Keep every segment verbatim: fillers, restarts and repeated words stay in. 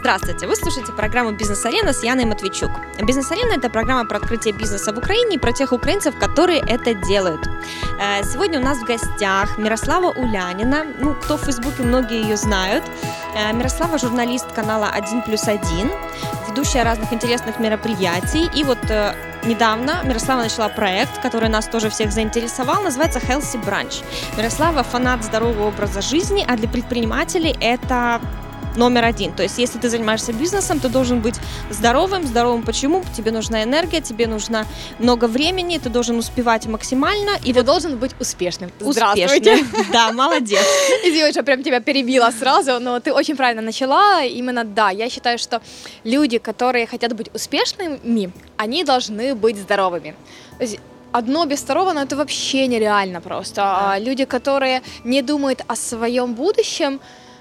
Здравствуйте! Вы слушаете программу «Бизнес-арена» с Яной Матвейчук. «Бизнес-арена» — это программа про открытие бизнеса в Украине и про тех украинцев, которые это делают. Сегодня у нас в гостях Мирослава Улянина. Ну, кто в Фейсбуке, многие ее знают. Мирослава — журналист канала один плюс один, ведущая разных интересных мероприятий. И вот недавно Мирослава начала проект, который нас тоже всех заинтересовал, называется Healthy Brunch. Мирослава — фанат здорового образа жизни, а для предпринимателей это номер один. То есть, если ты занимаешься бизнесом, ты должен быть здоровым. Здоровым почему? Тебе нужна энергия, тебе нужно много времени, ты должен успевать максимально. И ты вот должен быть успешным. Здравствуйте. Да, молодец. Извини, что прям тебя перебила сразу, но ты очень правильно начала. Именно да, я считаю, что люди, которые хотят быть успешными, они должны быть здоровыми. То есть одно без второго, но это вообще нереально просто. Да. Люди, которые не думают о своем будущем,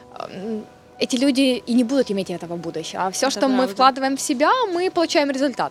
эти люди и не будут иметь этого будущего. А все, это что правда. Мы вкладываем в себя, мы получаем результат.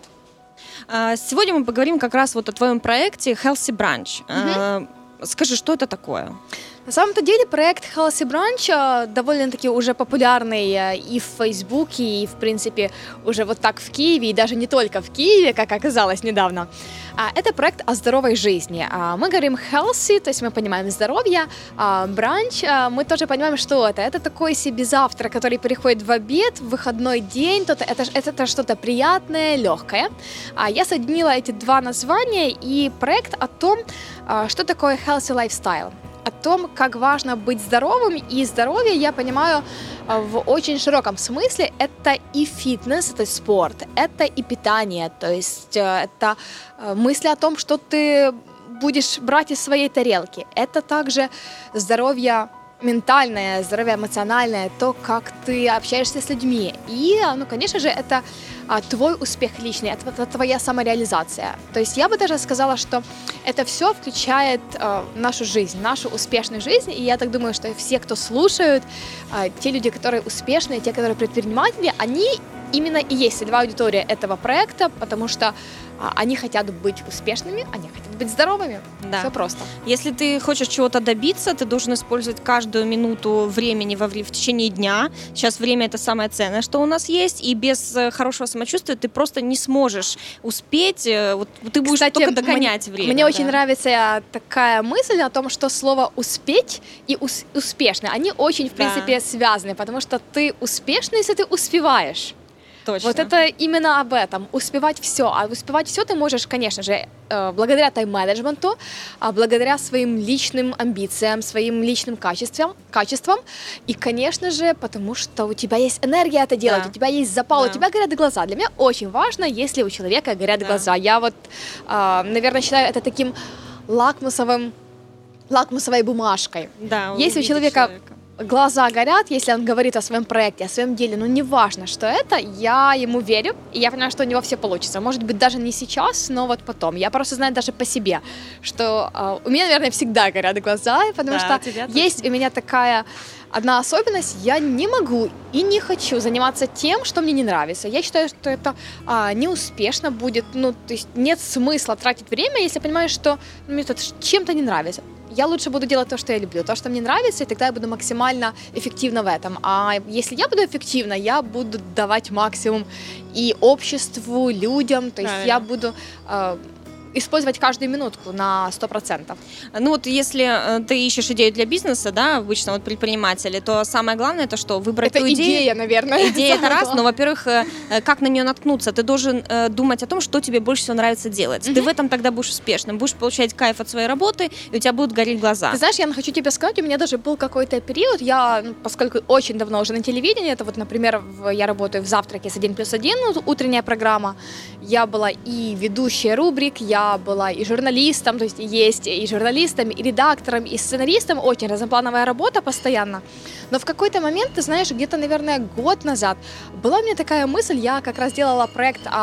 Сегодня мы поговорим как раз вот о твоем проекте Healthy Brunch. Угу. Скажи, что это такое? На самом-то деле проект Healthy Brunch довольно-таки уже популярный и в Фейсбуке, и, в принципе, уже вот так в Киеве, и даже не только в Киеве, как оказалось недавно. Это проект о здоровой жизни. Мы говорим healthy, то есть мы понимаем здоровье, бранч, мы тоже понимаем, что это. Это такой себе завтрак, который переходит в обед, в выходной день, это, это, это что-то приятное, легкое. Я соединила эти два названия, и проект о том, что такое healthy lifestyle. О том, как важно быть здоровым, и здоровье, я понимаю, в очень широком смысле, это и фитнес, это спорт, это и питание, то есть это мысли о том, что ты будешь брать из своей тарелки, это также здоровье ментальное, здоровье эмоциональное, то, как ты общаешься с людьми. И, ну, конечно же, это а, твой успех личный, это, это твоя самореализация. То есть я бы даже сказала, что это все включает а, нашу жизнь, нашу успешную жизнь. И я так думаю, что все, кто слушают, а, те люди, которые успешные, те, которые предприниматели, они именно и есть целевая аудитория этого проекта, потому что а, они хотят быть успешными, они хотят быть здоровыми. Да. Все просто. Если ты хочешь чего-то добиться, ты должен использовать каждую минуту времени во, в течение дня. Сейчас время — это самое ценное, что у нас есть, и без хорошего самочувствия ты просто не сможешь успеть, вот, ты будешь Кстати, только догонять мне, время. Мне да. очень нравится такая мысль о том, что слово «успеть» и ус- «успешно», они очень, в принципе, да. связаны, потому что ты успешный, если ты успеваешь. Точно. Вот это именно об этом. Успевать все. А успевать все ты можешь, конечно же, благодаря тайм-менеджменту, благодаря своим личным амбициям, своим личным качествам, качествам. И, конечно же, потому что у тебя есть энергия это делать, да. у тебя есть запал, да. у тебя горят глаза. Для меня очень важно, если у человека горят да. глаза. Я вот, наверное, считаю это таким лакмусовым, лакмусовой бумажкой. Да, если у человека... человека глаза горят, если он говорит о своем проекте, о своем деле, ну, неважно, что это, я ему верю, и я понимаю, что у него все получится. Может быть, даже не сейчас, но вот потом. Я просто знаю даже по себе, что э, у меня, наверное, всегда горят глаза, потому да, что есть точно. У меня такая одна особенность, я не могу и не хочу заниматься тем, что мне не нравится. Я считаю, что это а, неуспешно будет, ну, то есть нет смысла тратить время, если понимаешь, что ну, мне это чем-то не нравится. Я лучше буду делать то, что я люблю, то, что мне нравится, и тогда я буду максимально эффективна в этом. А если я буду эффективна, я буду давать максимум и обществу, людям, то есть Правильно. Я буду... Э, использовать каждую минутку на сто процентов. Ну вот если ты ищешь идею для бизнеса, да, обычно вот предприниматели, то самое главное это что? Выбрать это ту идею. Это идея, наверное. Идея это раз, но, во-первых, как на нее наткнуться? Ты должен думать о том, что тебе больше всего нравится делать. Mm-hmm. Ты в этом тогда будешь успешным, будешь получать кайф от своей работы, и у тебя будут гореть глаза. Ты знаешь, я хочу тебе сказать, у меня даже был какой-то период, я, поскольку очень давно уже на телевидении, это вот, например, в, я работаю в «Завтраке» с один плюс один, утренняя программа, я была и ведущая рубрик, я была и журналистом, то есть есть и журналистом, и редактором, и сценаристом, очень разноплановая работа постоянно. Но в какой-то момент, ты знаешь, где-то, наверное, год назад была у меня такая мысль, я как раз делала проект о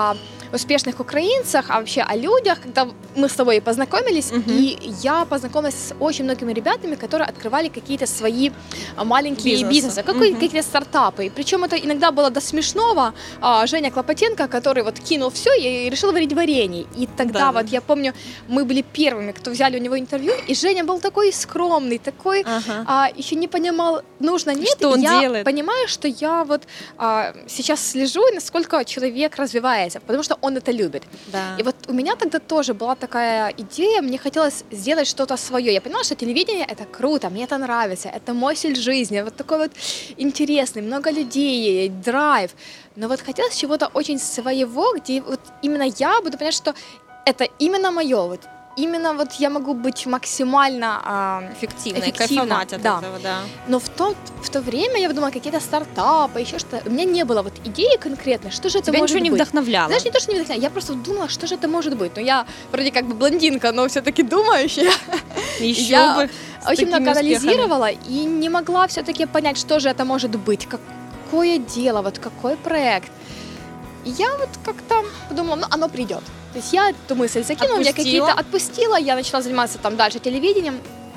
успешных украинцах, а вообще о людях, когда мы с тобой познакомились, Мгм. и я познакомилась с очень многими ребятами, которые открывали какие-то свои а, маленькие Бизнесы. бизнесы, какой- Мгм. какие-то стартапы. Причем это иногда было до смешного. А, Женя Клопотенко, который вот кинул все и решил варить варенье. И тогда Да. вот я помню, мы были первыми, кто взяли у него интервью, и Женя был такой скромный, такой Ага. а, еще не понимал, нужно, нет. Что он я делает? понимаю, что я вот а, сейчас слежу, насколько человек развивается, потому что он это любит. Да. И вот у меня тогда тоже была такая идея, мне хотелось сделать что-то свое. Я поняла, что телевидение — это круто, мне это нравится, это мой стиль жизни, вот такой вот интересный, много людей, драйв. Но вот хотелось чего-то очень своего, где вот именно я буду понять, что это именно мое, вот именно вот я могу быть максимально а, Эффективно, и эффективно, кайфовать от да. этого, да. Но в то, в то время я думала, какие-то стартапы, еще что. У меня не было вот идеи конкретной, что же это Тебя может ничего не быть. вдохновляло? Знаешь, не то, что не вдохновляла, я просто думала, что же это может быть. Но я вроде как бы блондинка, но все-таки думающая. Еще я бы. с Очень много такими успехами. анализировала и не могла все-таки понять, что же это может быть, какое дело, вот какой проект. И я вот как-то подумала, ну, оно придет. То есть я эту мысль закинула, я Отпустила? какие-то отпустила, я начала заниматься там дальше телевидением.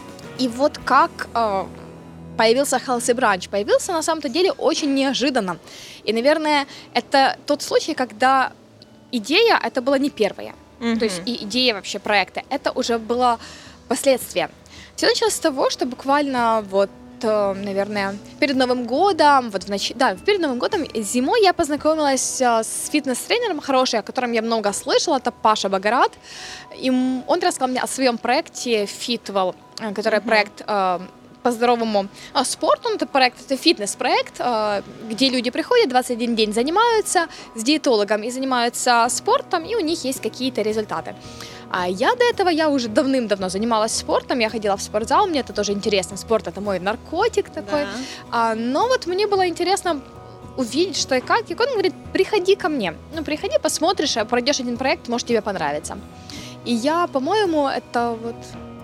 И вот как э, появился Healthy Brunch, появился на самом-то деле очень неожиданно. И, наверное, это тот случай, когда идея, это была не первая. Мгм. То есть и идея вообще проекта, это уже было последствия. Все началось с того, что буквально вот, э, наверное, перед Новым годом, вот в ноч... да, перед Новым годом зимой я познакомилась э, с фитнес-тренером хороший, о котором я много слышала, это Паша Багарат. И м- он рассказал мне о своем проекте Fitwell, э, который Мгм. проект э, по здоровому а, спорту. Это проект, это фитнес-проект, э, где люди приходят, двадцать один день занимаются с диетологом и занимаются спортом, и у них есть какие-то результаты. А я до этого, я уже давным-давно занималась спортом, я ходила в спортзал, мне это тоже интересно, спорт — это мой наркотик такой. Да. А, но вот мне было интересно увидеть, что и как. И он говорит, приходи ко мне, ну приходи, посмотришь, а пройдешь один проект, может тебе понравится. И я, по-моему, это вот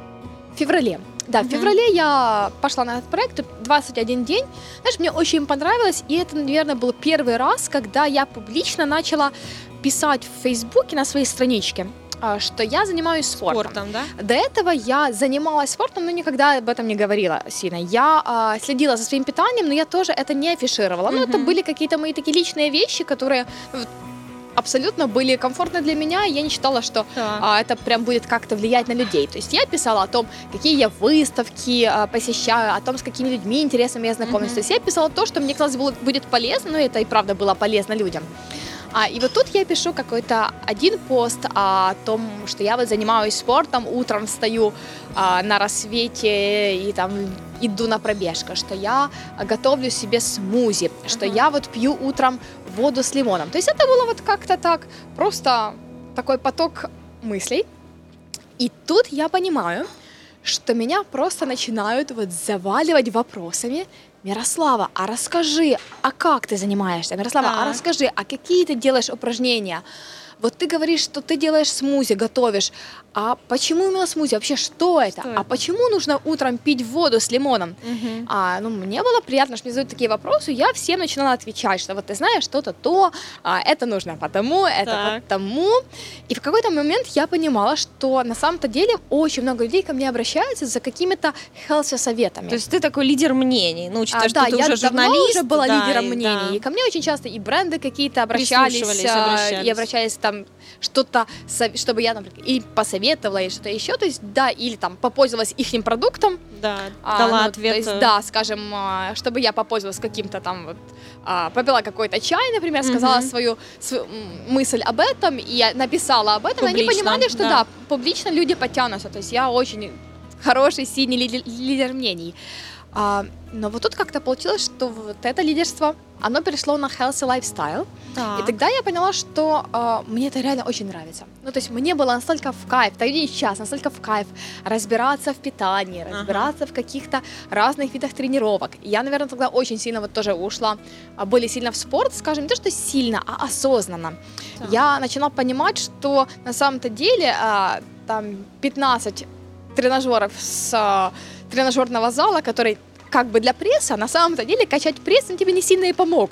в феврале. Да, в Мгм. феврале я пошла на этот проект, двадцать один день. Знаешь, мне очень понравилось, и это, наверное, был первый раз, когда я публично начала писать в Фейсбуке на своей страничке, а, что я занимаюсь спортом. Спортом, да? До этого я занималась спортом, но никогда об этом не говорила сильно. Я а, следила за своим питанием, но я тоже это не афишировала. Ну, это Мгм. были какие-то мои такие личные вещи, которые вот, абсолютно были комфортны для меня. Я не считала, что Так. а, это прям будет как-то влиять на людей. То есть я писала о том, какие я выставки а, посещаю, о том, с какими людьми интересными я знакомлюсь. Мгм. То есть я писала то, что мне казалось было- будет полезно, но это и правда было полезно людям. А, и вот тут я пишу какой-то один пост о том, что я вот занимаюсь спортом, утром встаю а, на рассвете и там иду на пробежку, что я готовлю себе смузи, что Ага. я вот пью утром воду с лимоном. То есть это было вот как-то так, просто такой поток мыслей. И тут я понимаю, что меня просто начинают вот заваливать вопросами. Мирослава, а расскажи, а как ты занимаешься? Мирослава, а Так. расскажи, а какие ты делаешь упражнения? Вот ты говоришь, что ты делаешь смузи, готовишь. А почему именно смузи? Вообще, что это? Что А это? почему нужно утром пить воду с лимоном? Мгм. А, ну, мне было приятно, что мне задают такие вопросы, я всем начинала отвечать, что вот ты знаешь, что-то то, а, это нужно потому, это Так. потому. И в какой-то момент я понимала, что на самом-то деле очень много людей ко мне обращаются за какими-то health-советами. То есть ты такой лидер мнений, ну, учитывая, А, что да, ты я уже давно журналист. уже была да, лидером и- мнений. да. И ко мне очень часто и бренды какие-то обращались, Прислушивались, а, обращались. и обращались там что-то, сов- чтобы я, например, или посоветовала, или что-то еще, то есть, да, или там попользовалась их продуктом, Да, а, дала ну, ответ. То есть, да, скажем, а, чтобы я попользовалась каким-то там вот, а, попила какой-то чай, например, сказала Мгм. свою, свою м, мысль об этом, и я написала об этом, и они Публично, понимали, что да. да. публично люди подтянутся, то есть я очень хороший, сильный лидер, лидер мнений. А, но вот тут как-то получилось, что вот это лидерство, оно перешло на healthy lifestyle, Так. и тогда я поняла, что а, мне это реально очень нравится. Ну, то есть мне было настолько в кайф, так и сейчас, настолько в кайф разбираться в питании, Ага. разбираться в каких-то разных видах тренировок. И я, наверное, тогда очень сильно вот тоже ушла а, более сильно в спорт, скажем, не то, что сильно, а осознанно. Так. Я начала понимать, что на самом-то деле а, там пятнадцать тренажеров с а, тренажерного зала, который как бы для пресса, на самом-то деле качать пресс, ну, тебе не сильно и помогут.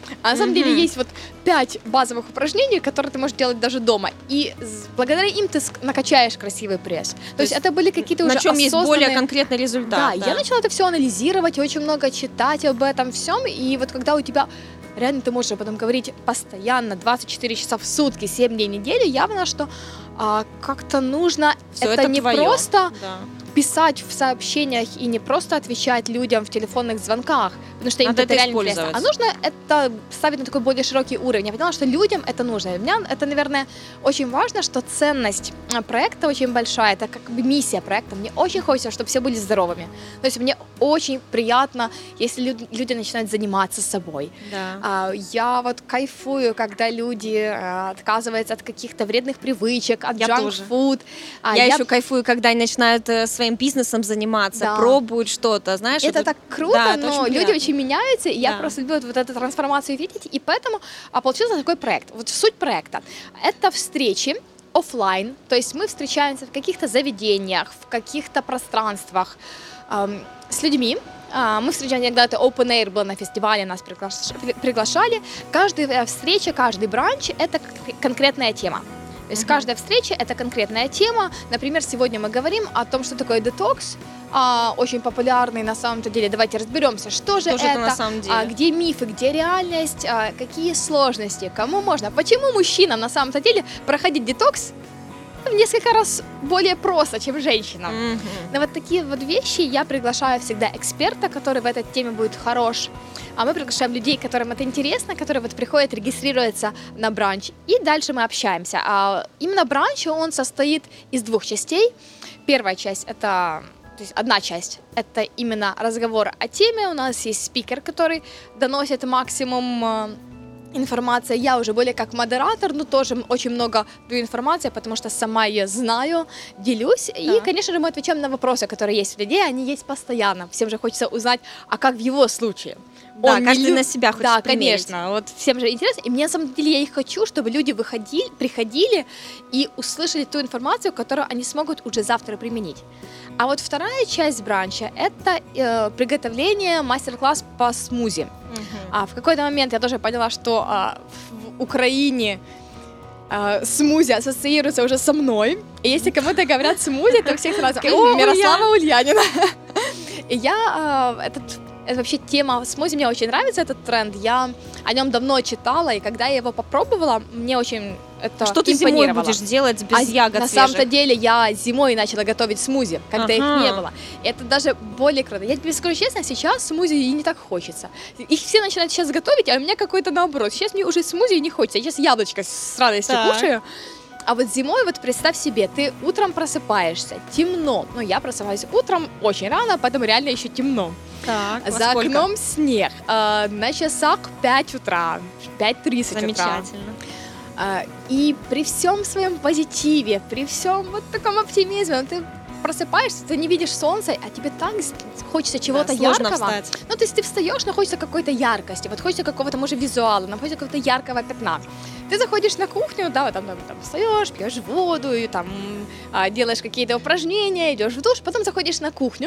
А на самом Мгм. деле есть вот пять базовых упражнений, которые ты можешь делать даже дома. И с- благодаря им ты ск- накачаешь красивый пресс. То, есть, есть это были какие-то уже На чем есть более осознанные- конкретный результат. Да, я начала это все анализировать, очень много читать об этом всем. И вот когда у тебя реально ты можешь об этом говорить постоянно, двадцать четыре часа в сутки, семь дней в неделю, явно, что а, как-то нужно Всё это, это не твоё. просто Да. писать в сообщениях и не просто отвечать людям в телефонных звонках, потому что им Надо это это реально интересно, а использовать. нужно это ставить на такой более широкий уровень. Я поняла, что людям это нужно. И у меня это, наверное, очень важно, что ценность а, проекта очень большая, это как бы миссия проекта. Мне очень хочется, чтобы все были здоровыми. То есть мне очень приятно, если люди, люди начинают заниматься собой. Да. А, Я вот кайфую, когда люди а, отказываются от каких-то вредных привычек, от Я junk тоже. food. А я, еще кайфую, когда они начинают э, своим бизнесом заниматься, Да. пробуют что-то, знаешь. Это вот так это- круто, да, это но очень люди приятно. очень меняются, и я Да. просто люблю вот эту трансформацию видеть, и поэтому а, получился такой проект. Вот суть проекта — это встречи оффлайн, то есть мы встречаемся в каких-то заведениях, в каких-то пространствах ам, с людьми. А, Мы встречаемся, когда это open air был на фестивале, нас приглаш- при- приглашали. Каждая встреча, каждый бранч — это кон- конкретная тема. То есть Мгм. каждая встреча — это конкретная тема. Например, сегодня мы говорим о том, что такое детокс, а, очень популярный на самом-то деле. Давайте разберемся, что же Что же это, это на самом деле? а, где мифы, где реальность, а, какие сложности, кому можно. Почему мужчинам на самом-то деле проходить детокс в несколько раз более просто, чем женщинам. Мгм. На вот такие вот вещи я приглашаю всегда эксперта, который в этой теме будет хорош. А мы приглашаем людей, которым это интересно, которые вот приходят, регистрируются на бранч. И дальше мы общаемся. А именно бранч, он состоит из двух частей. Первая часть — это... То есть одна часть — это именно разговор о теме. У нас есть спикер, который доносит максимум э, информация. Я уже более как модератор, но тоже очень много даю информации, потому что сама ее знаю, делюсь. И, Так. конечно же, мы отвечаем на вопросы, которые есть у людей, они есть постоянно. Всем же хочется узнать, а как в его случае. Да, Он не каждый лю- на себя хочет Да, примерить. конечно. Вот всем же интересно. И мне на самом деле я и хочу, чтобы люди выходили, приходили и услышали ту информацию, которую они смогут уже завтра применить. А вот вторая часть бранча — это э, приготовление мастер-класс по смузи. Мгм. А в какой-то момент я тоже поняла, что а, в Украине а, смузи ассоциируется уже со мной. И если кому-то говорят смузи, то все сразу О, «М, Мирослава Ульянина». И я а, этот это вообще тема смузи, мне очень нравится этот тренд. Я о нем давно читала, и когда я его попробовала, мне очень это Что ты зимой импонировало. будешь делать без А ягод на свежих? самом-то деле я зимой начала готовить смузи, когда их Ага. не было. И это даже более круто. Я тебе скажу честно, сейчас смузи и не так хочется. Их все начинают сейчас готовить, а у меня какой-то наоборот. Сейчас мне уже смузи и не хочется. Я сейчас яблочко с радостью Так. кушаю. А вот зимой, вот представь себе, ты утром просыпаешься, темно. Ну, я просыпаюсь утром очень рано, поэтому реально еще темно. Так, во За сколько? окном снег. А, на часах пять утра, пять тридцать утра. Замечательно. А, И при всем своем позитиве, при всем вот таком оптимизме, ты просыпаешься, ты не видишь солнца, а тебе так с- хочется чего-то Да, сложно яркого. встать. Ну, то есть ты встаешь, но хочется какой-то яркости, вот хочется какого-то, может, визуала, но хочется какого-то яркого пятна. Ты заходишь на кухню, да, вот там, там, там встаешь, пьешь воду, и там а, делаешь какие-то упражнения, идешь в душ, потом заходишь на кухню.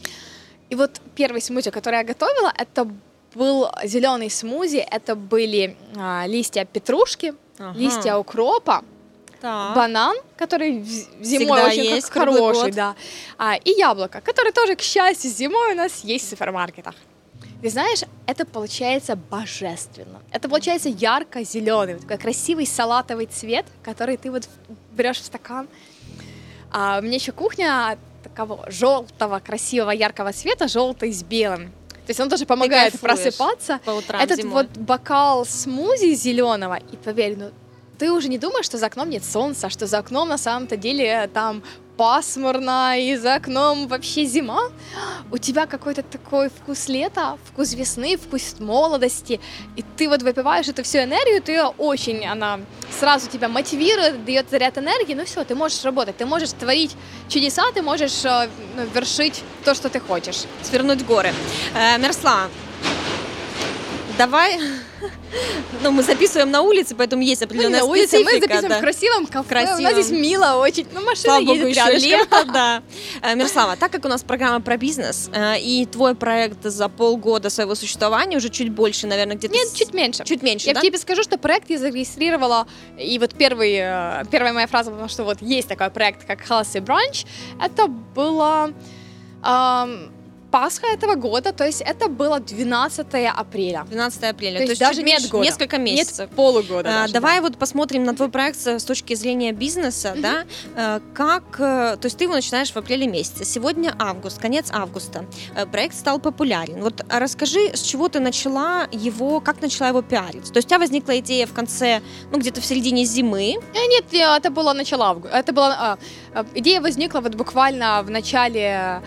И вот первый смузи, который я готовила, это был зеленый смузи, это были а, листья петрушки, Ага. листья укропа, Так. банан, который в- зимой Всегда очень есть, как круглый хороший, год. да, а, и яблоко, которое тоже, к счастью, зимой у нас есть в супермаркетах. Ты знаешь, это получается божественно. Это получается ярко-зеленый, вот такой красивый салатовый цвет, который ты вот берешь в стакан. А у меня еще кухня такого желтого, красивого, яркого цвета, желтый с белым. То есть он тоже помогает кайфуешь просыпаться. по утрам Этот зимой. вот бокал смузи зеленого, и поверь, ну ты уже не думаешь, что за окном нет солнца, что за окном на самом-то деле там пасмурно, и за окном вообще зима. У тебя какой-то такой вкус лета, вкус весны, вкус молодости, и ты вот выпиваешь эту всю энергию, ты её очень, она сразу тебя мотивирует, дает заряд энергии, ну все, ты можешь работать, ты можешь творить чудеса, ты можешь э, ну, вершить то, что ты хочешь. Свернуть горы. Э, Мирослава, давай, ну, мы записываем на улице, поэтому есть определенная мы на улице, специфика. Мы записываем да. в красивом кафе, Красивом. У нас здесь мило очень, ну, машина Слава едет богу, еще рядышком. лето, да. Мирослава, так как у нас программа про бизнес, и твой проект за полгода своего существования, уже чуть больше, наверное, где-то... Нет, чуть меньше. Чуть меньше, Я да? тебе скажу, что проект я зарегистрировала, и вот первый, первая моя фраза, потому что вот есть такой проект, как Halsey Brunch, это было... Эм, Пасха этого года, то есть это было двенадцатого апреля. двенадцатого апреля, то, то есть есть даже чуть нет года. Несколько месяцев. Нет полугода а, даже, Давай да. вот посмотрим на твой проект с точки зрения бизнеса, mm-hmm. да, а, как, то есть ты его начинаешь в апреле месяце, сегодня август, конец августа, проект стал популярен. Вот расскажи, с чего ты начала его, как начала его пиарить? То есть у тебя возникла идея в конце, ну где-то в середине зимы? Нет, это было начало августа, это была, идея возникла вот буквально в начале...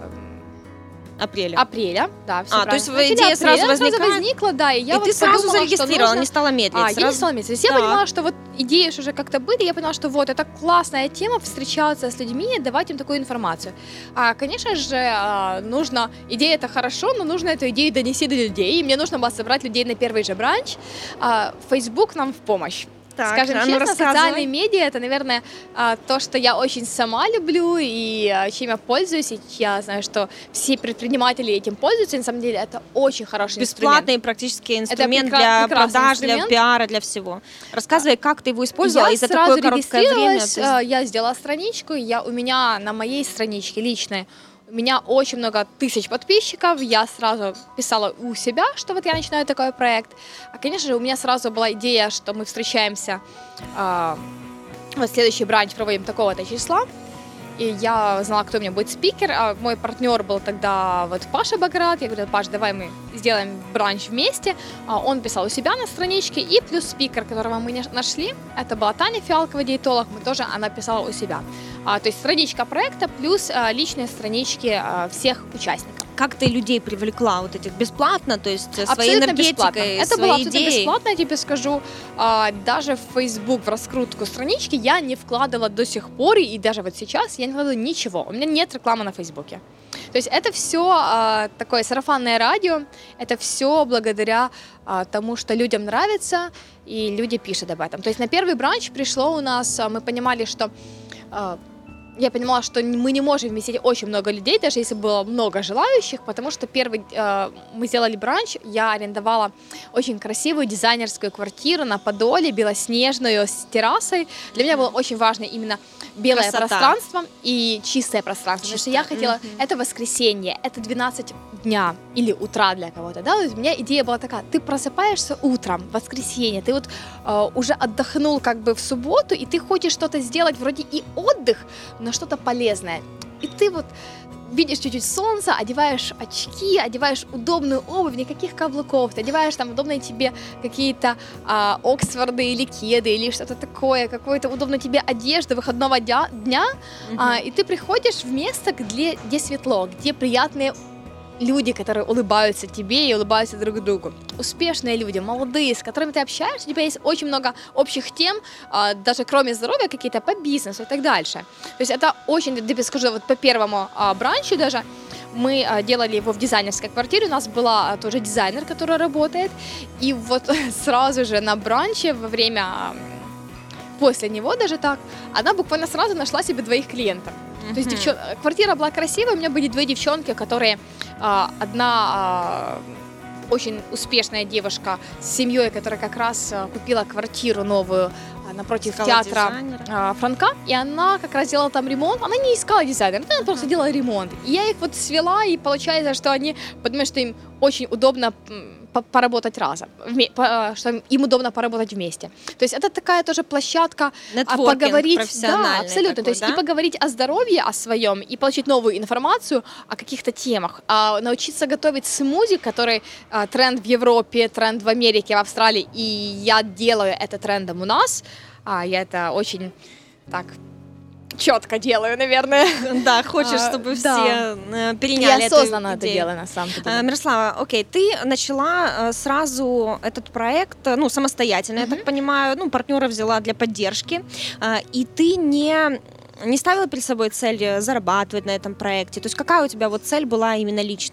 Апреля. Апреля, да, все А, правильно. то есть Начале идея апреля, сразу возникает? сразу возникла, да, и я и вот ты сразу подумала, зарегистрировала, нужно... не стала медлить. А, сразу... я не стала медлить. То есть я так. понимала, что вот идеи уже как-то были, я поняла, что вот, это классная тема, встречаться с людьми, давать им такую информацию. А, конечно же, нужно, идея это хорошо, но нужно эту идею донести до людей, и мне нужно было собрать людей на первый же бранч. А, Facebook нам в помощь. Так, Скажем а ну честно, рассказывай. социальные медиа это, наверное, то, что я очень сама люблю и чем я пользуюсь. И я знаю, что все предприниматели этим пользуются. И на самом деле это очень хороший Бесплатный инструмент. практически инструмент прекра- для продаж, инструмент. для пиара, для всего. Рассказывай, как ты его использовала Я и за сразу такое короткое время. регистрировалась, я сделала страничку, я, у меня на моей страничке личной у меня очень много тысяч подписчиков, я сразу писала у себя, что вот я начинаю такой проект. А, конечно же, у меня сразу была идея, что мы встречаемся, э, вот следующий бранч проводим такого-то числа. И я знала, кто у меня будет спикер, а мой партнер был тогда вот Паша Баграт. Я говорила: Паш, давай мы сделаем бранч вместе. А он писал у себя на страничке, и плюс спикер, которого мы нашли, это была Таня Фиалкова, диетолог, мы тоже, она писала у себя. А, то есть страничка проекта плюс а, личные странички а, всех участников. Как ты людей привлекла вот этих бесплатно, то есть своей Абсолютно энергетикой, бесплатно. Это своей было абсолютно идеей? бесплатно, я тебе скажу. А, даже в Facebook, в раскрутку странички я не вкладывала до сих пор, и даже вот сейчас я не вкладываю ничего. У меня нет рекламы на Фейсбуке. То есть это все а, такое сарафанное радио, это все благодаря а, тому, что людям нравится, и люди пишут об этом. То есть на первый бранч пришло у нас, а, мы понимали, что... А, я понимала, что мы не можем вместить очень много людей, даже если было много желающих, потому что первый э, мы сделали бранч, я арендовала очень красивую дизайнерскую квартиру на Подоле, белоснежную, с террасой. Для меня было очень важно именно белое Красота. пространство и чистое пространство, Чистое. потому что я хотела, Mm-hmm. это воскресенье, это двенадцать дня или утра для кого-то, да, у меня идея была такая: ты просыпаешься утром, в воскресенье, ты вот э, уже отдохнул как бы в субботу, и ты хочешь что-то сделать вроде и отдых, но что-то полезное. И ты вот видишь чуть-чуть солнца, одеваешь очки, одеваешь удобную обувь, никаких каблуков, ты одеваешь там удобные тебе какие-то а, Оксфорды или кеды или что-то такое, какую-то удобную тебе одежду выходного дня, дня Мгм. а, и ты приходишь в место, где, где светло, где приятные люди, которые улыбаются тебе и улыбаются друг другу. Успешные люди, молодые, с которыми ты общаешься, у тебя есть очень много общих тем, а, даже кроме здоровья, какие-то по бизнесу и так дальше. То есть это очень, я тебе скажу, вот по первому а, бранчу даже, мы а, делали его в дизайнерской квартире, у нас была а, тоже дизайнер, который работает, и вот сразу же на бранче во время, а, после него даже так, она буквально сразу нашла себе двоих клиентов. То есть девчон... квартира была красивая, у меня были две девчонки, которые а, одна а, очень успешная девушка с семьей, которая как раз а, купила квартиру новую а, напротив Искала театра дизайнера. а, Франка, и она как раз делала там ремонт. Она не искала дизайнера, она Uh-huh. просто делала ремонт. И я их вот свела, и получается, что они, потому что им очень удобно м, по- поработать разом, вме- по- что им удобно поработать вместе. То есть это такая тоже площадка а Нетворкинг поговорить, да, профессиональный абсолютно, такой, то есть да? и поговорить о здоровье, о своем, и получить новую информацию о каких-то темах, а научиться готовить смузи, который а, тренд в Европе, тренд в Америке, в Австралии, и я делаю это трендом у нас, а, я это очень так четко делаю, наверное. Да, хочешь, А, чтобы да. все э, переняли Я эту осознанно это идею. делаю на самом А, деле. Мирослава, окей, ты начала э, сразу этот проект, э, ну, самостоятельно, я Мгм. так понимаю, ну, партнера взяла для поддержки, э, и ты не, не ставила перед собой цель э, зарабатывать на этом проекте, то есть какая у тебя вот цель была именно личная?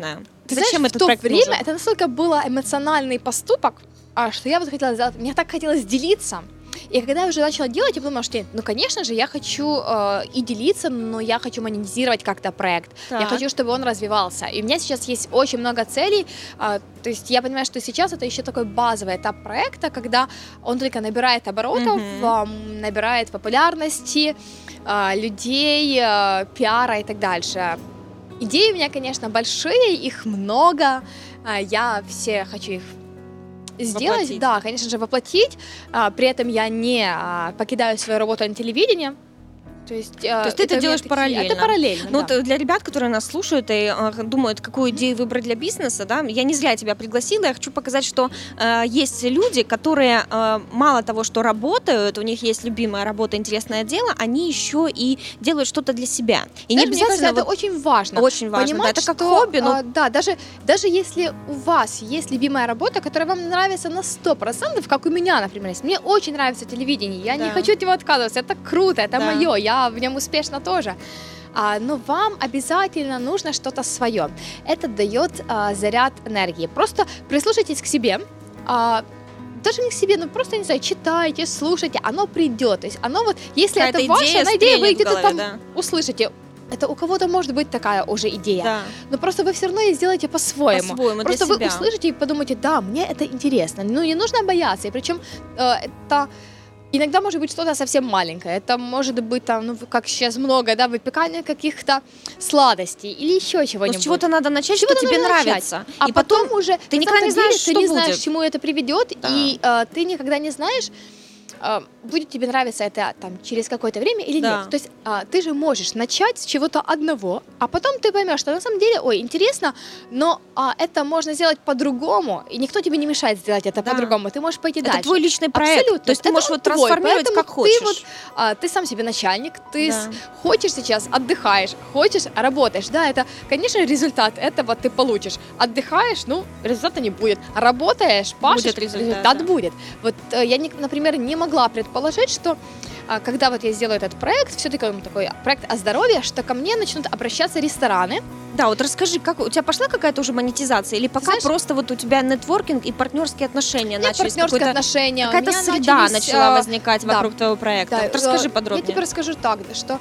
Ты Зачем знаешь, этот в то проект время нужен? это настолько было эмоциональный поступок, а, что я вот хотела сделать, мне так хотелось делиться. И когда я уже начала делать, я подумала, что, ну, конечно же, я хочу э, и делиться, но я хочу монетизировать как-то проект. Так. Я хочу, чтобы он развивался. И у меня сейчас есть очень много целей. Э, то есть я понимаю, что сейчас это еще такой базовый этап проекта, когда он только набирает оборотов, Мгм. э, набирает популярности, э, людей, э, пиара и так дальше. Идеи у меня, конечно, большие, их много. э, Я все хочу их сделать, Воплотить. да, конечно же, воплотить. А, при этом я не а, покидаю свою работу на телевидении. То есть, То есть ты это делаешь параллельно? Это параллельно, Ну, да. вот для ребят, которые нас слушают и э, думают, какую идею выбрать для бизнеса, да, я не зря тебя пригласила, я хочу показать, что э, есть люди, которые э, мало того, что работают, у них есть любимая работа, интересное дело, они еще и делают что-то для себя. И не Знаешь, мне кажется, обязательно это вот- очень важно. очень важно, да, Понимать, это как что, хобби, но а, да, даже, даже если у вас есть любимая работа, которая вам нравится на сто процентов, как у меня, например, есть. Мне очень нравится телевидение, я не Да. хочу от него отказываться, это круто, это Да. мое, я в нем успешна тоже. А, но вам обязательно нужно что-то свое. Это дает а, заряд энергии. Просто прислушайтесь к себе. а, даже не к себе, ну просто, не знаю, читайте, слушайте, оно придет. То есть оно вот, если какая-то это ваша идея она идея, вы стрельнет в где-то голове, там да. услышите. Это у кого-то может быть такая уже идея. Да. Но просто вы все равно ее сделаете по-своему. По-своему, для Просто вы себя. услышите и подумаете, да, мне это интересно. Ну, не нужно бояться. И причем э, это иногда может быть что-то совсем маленькое. Это может быть там, ну, как сейчас много, да, выпекание каких-то сладостей или еще Но чего-нибудь. с чего-то надо начать, Чего-то что тебе надо начать. нравится. А и потом, потом уже ты на никогда самом не деле знаешь, ты что не знаешь, будет. к чему это приведет, Да. и э, ты никогда не знаешь, э, будет тебе нравиться это там через какое-то время или Да. нет. То есть а, ты же можешь начать с чего-то одного, а потом ты поймешь, что на самом деле, ой, интересно, но а, это можно сделать по-другому, и никто тебе не мешает сделать это Да. по-другому. Ты можешь пойти Это дальше. твой личный проект. Абсолютно. То есть ты Это можешь он вот твой, трансформировать поэтому как ты хочешь. вот, а, ты сам себе начальник, ты Да. с- хочешь сейчас, отдыхаешь, хочешь, работаешь. Да, это, конечно, результат этого ты получишь. Отдыхаешь, ну, результата не будет. Работаешь, пашешь, Будет результат, да. будет. Вот э, я, не- например, не могла предположить, что а, когда вот я сделаю этот проект, все-таки он такой проект о здоровье, что ко мне начнут обращаться рестораны. Да, вот расскажи, как у тебя пошла какая-то уже монетизация, или пока знаешь- просто вот у тебя нетворкинг и партнерские отношения У меня начались? партнерские Какой-то- отношения. у Какая-то меня среда начались, начала а, возникать да. вокруг твоего проекта. Да, Вот расскажи э, подробнее. Я тебе расскажу так, что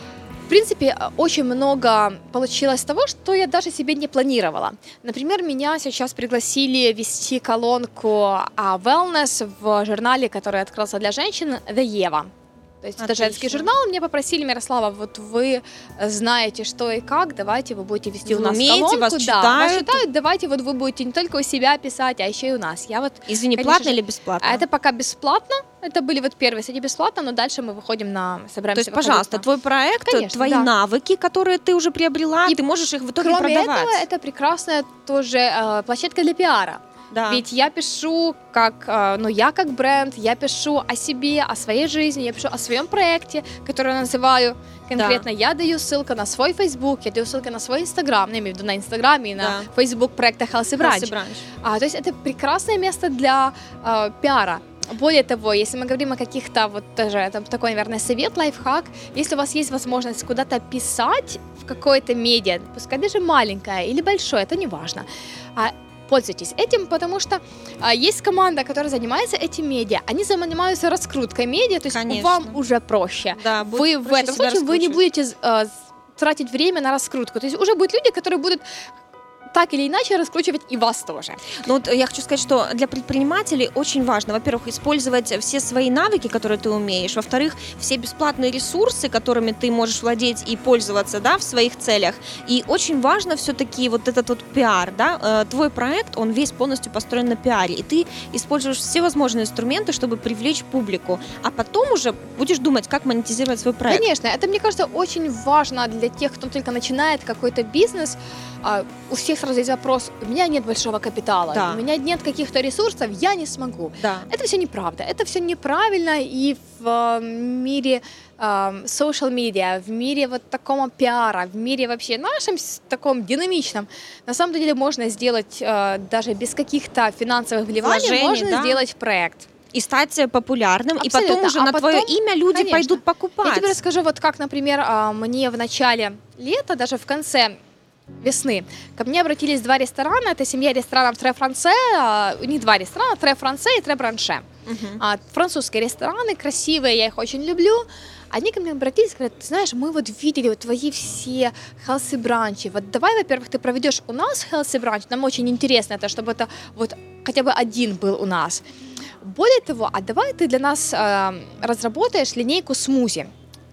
в принципе э, очень много получилось того, что я даже себе не планировала. Например, меня сейчас пригласили вести колонку о wellness в журнале, который открылся для женщин, The Eva. То есть это женский Отлично. журнал. Мне попросили, Мирослава, вот вы знаете, что и как, давайте вы будете вести Вы у нас умеете, колонку. вас Да, читают. вас читают, давайте вот вы будете не только у себя писать, а еще и у нас. Я вот Извини, конечно платно же. или бесплатно? А это пока бесплатно. Это были вот первые статьи бесплатно, но дальше мы выходим на... То Собираемся есть, выходить пожалуйста, на- твой проект, Конечно, твои да. навыки, которые ты уже приобрела, И ты можешь их в итоге Кроме продавать. этого, это прекрасная тоже э, площадка для пиара. Да. Ведь я пишу как, э, ну я как бренд, я пишу о себе, о своей жизни, я пишу о своем проекте, который я называю конкретно. Я даю ссылку на свой Facebook, я даю ссылку на свой Instagram, ну, я имею в виду на Инстаграме и на Да. Facebook проекта Healthy Brunch. Healthy Brunch. А, то есть это прекрасное место для э, пиара. Более того, если мы говорим о каких-то, вот даже это такой, наверное, совет, лайфхак, если у вас есть возможность куда-то писать в какое-то медиа, пускай даже маленькое или большое, это не важно, а, пользуйтесь этим, потому что а, есть команда, которая занимается этим медиа, они занимаются раскруткой медиа, то есть Конечно. вам уже проще. Да, будет Вы в проще этом себя случае вы не раскручивать. будете э, тратить время на раскрутку, то есть уже будут люди, которые будут так или иначе раскручивать и вас тоже. Ну вот я хочу сказать, что для предпринимателей очень важно, во-первых, использовать все свои навыки, которые ты умеешь, во-вторых, все бесплатные ресурсы, которыми ты можешь владеть и пользоваться, да, в своих целях. И очень важно все-таки вот этот вот пиар, да, э, твой проект, он весь полностью построен на пиаре, и ты используешь все возможные инструменты, чтобы привлечь публику, а потом уже будешь думать, как монетизировать свой проект. Конечно, это, мне кажется, очень важно для тех, кто только начинает какой-то бизнес. А, у всех сразу есть вопрос: у меня нет большого капитала, Да. у меня нет каких-то ресурсов, я не смогу. Да. Это все неправда, это все неправильно, и в э, мире social media, в мире вот такого пиара, в мире вообще нашем с- таком динамичном, на самом деле можно сделать э, даже без каких-то финансовых вливаний, Вложений, можно да. сделать проект. И стать популярным, и потом Абсолютно. уже А на твое потом, имя люди конечно. пойдут покупать. Я тебе расскажу, вот как, например, а, мне в начале лета, даже в конце, весны ко мне обратились два ресторана. Это семья ресторанов Тре Франце. У них два ресторана, Тре Франце и Тре Бранше. Uh-huh. Французские рестораны, красивые, я их очень люблю. Они ко мне обратились и говорят: ты знаешь, мы вот видели вот твои все healthy бранчи. Вот давай, во-первых, ты проведешь у нас healthy бранч. Нам очень интересно это, чтобы это вот хотя бы один был у нас. Более того, а давай ты для нас э, разработаешь линейку смузи.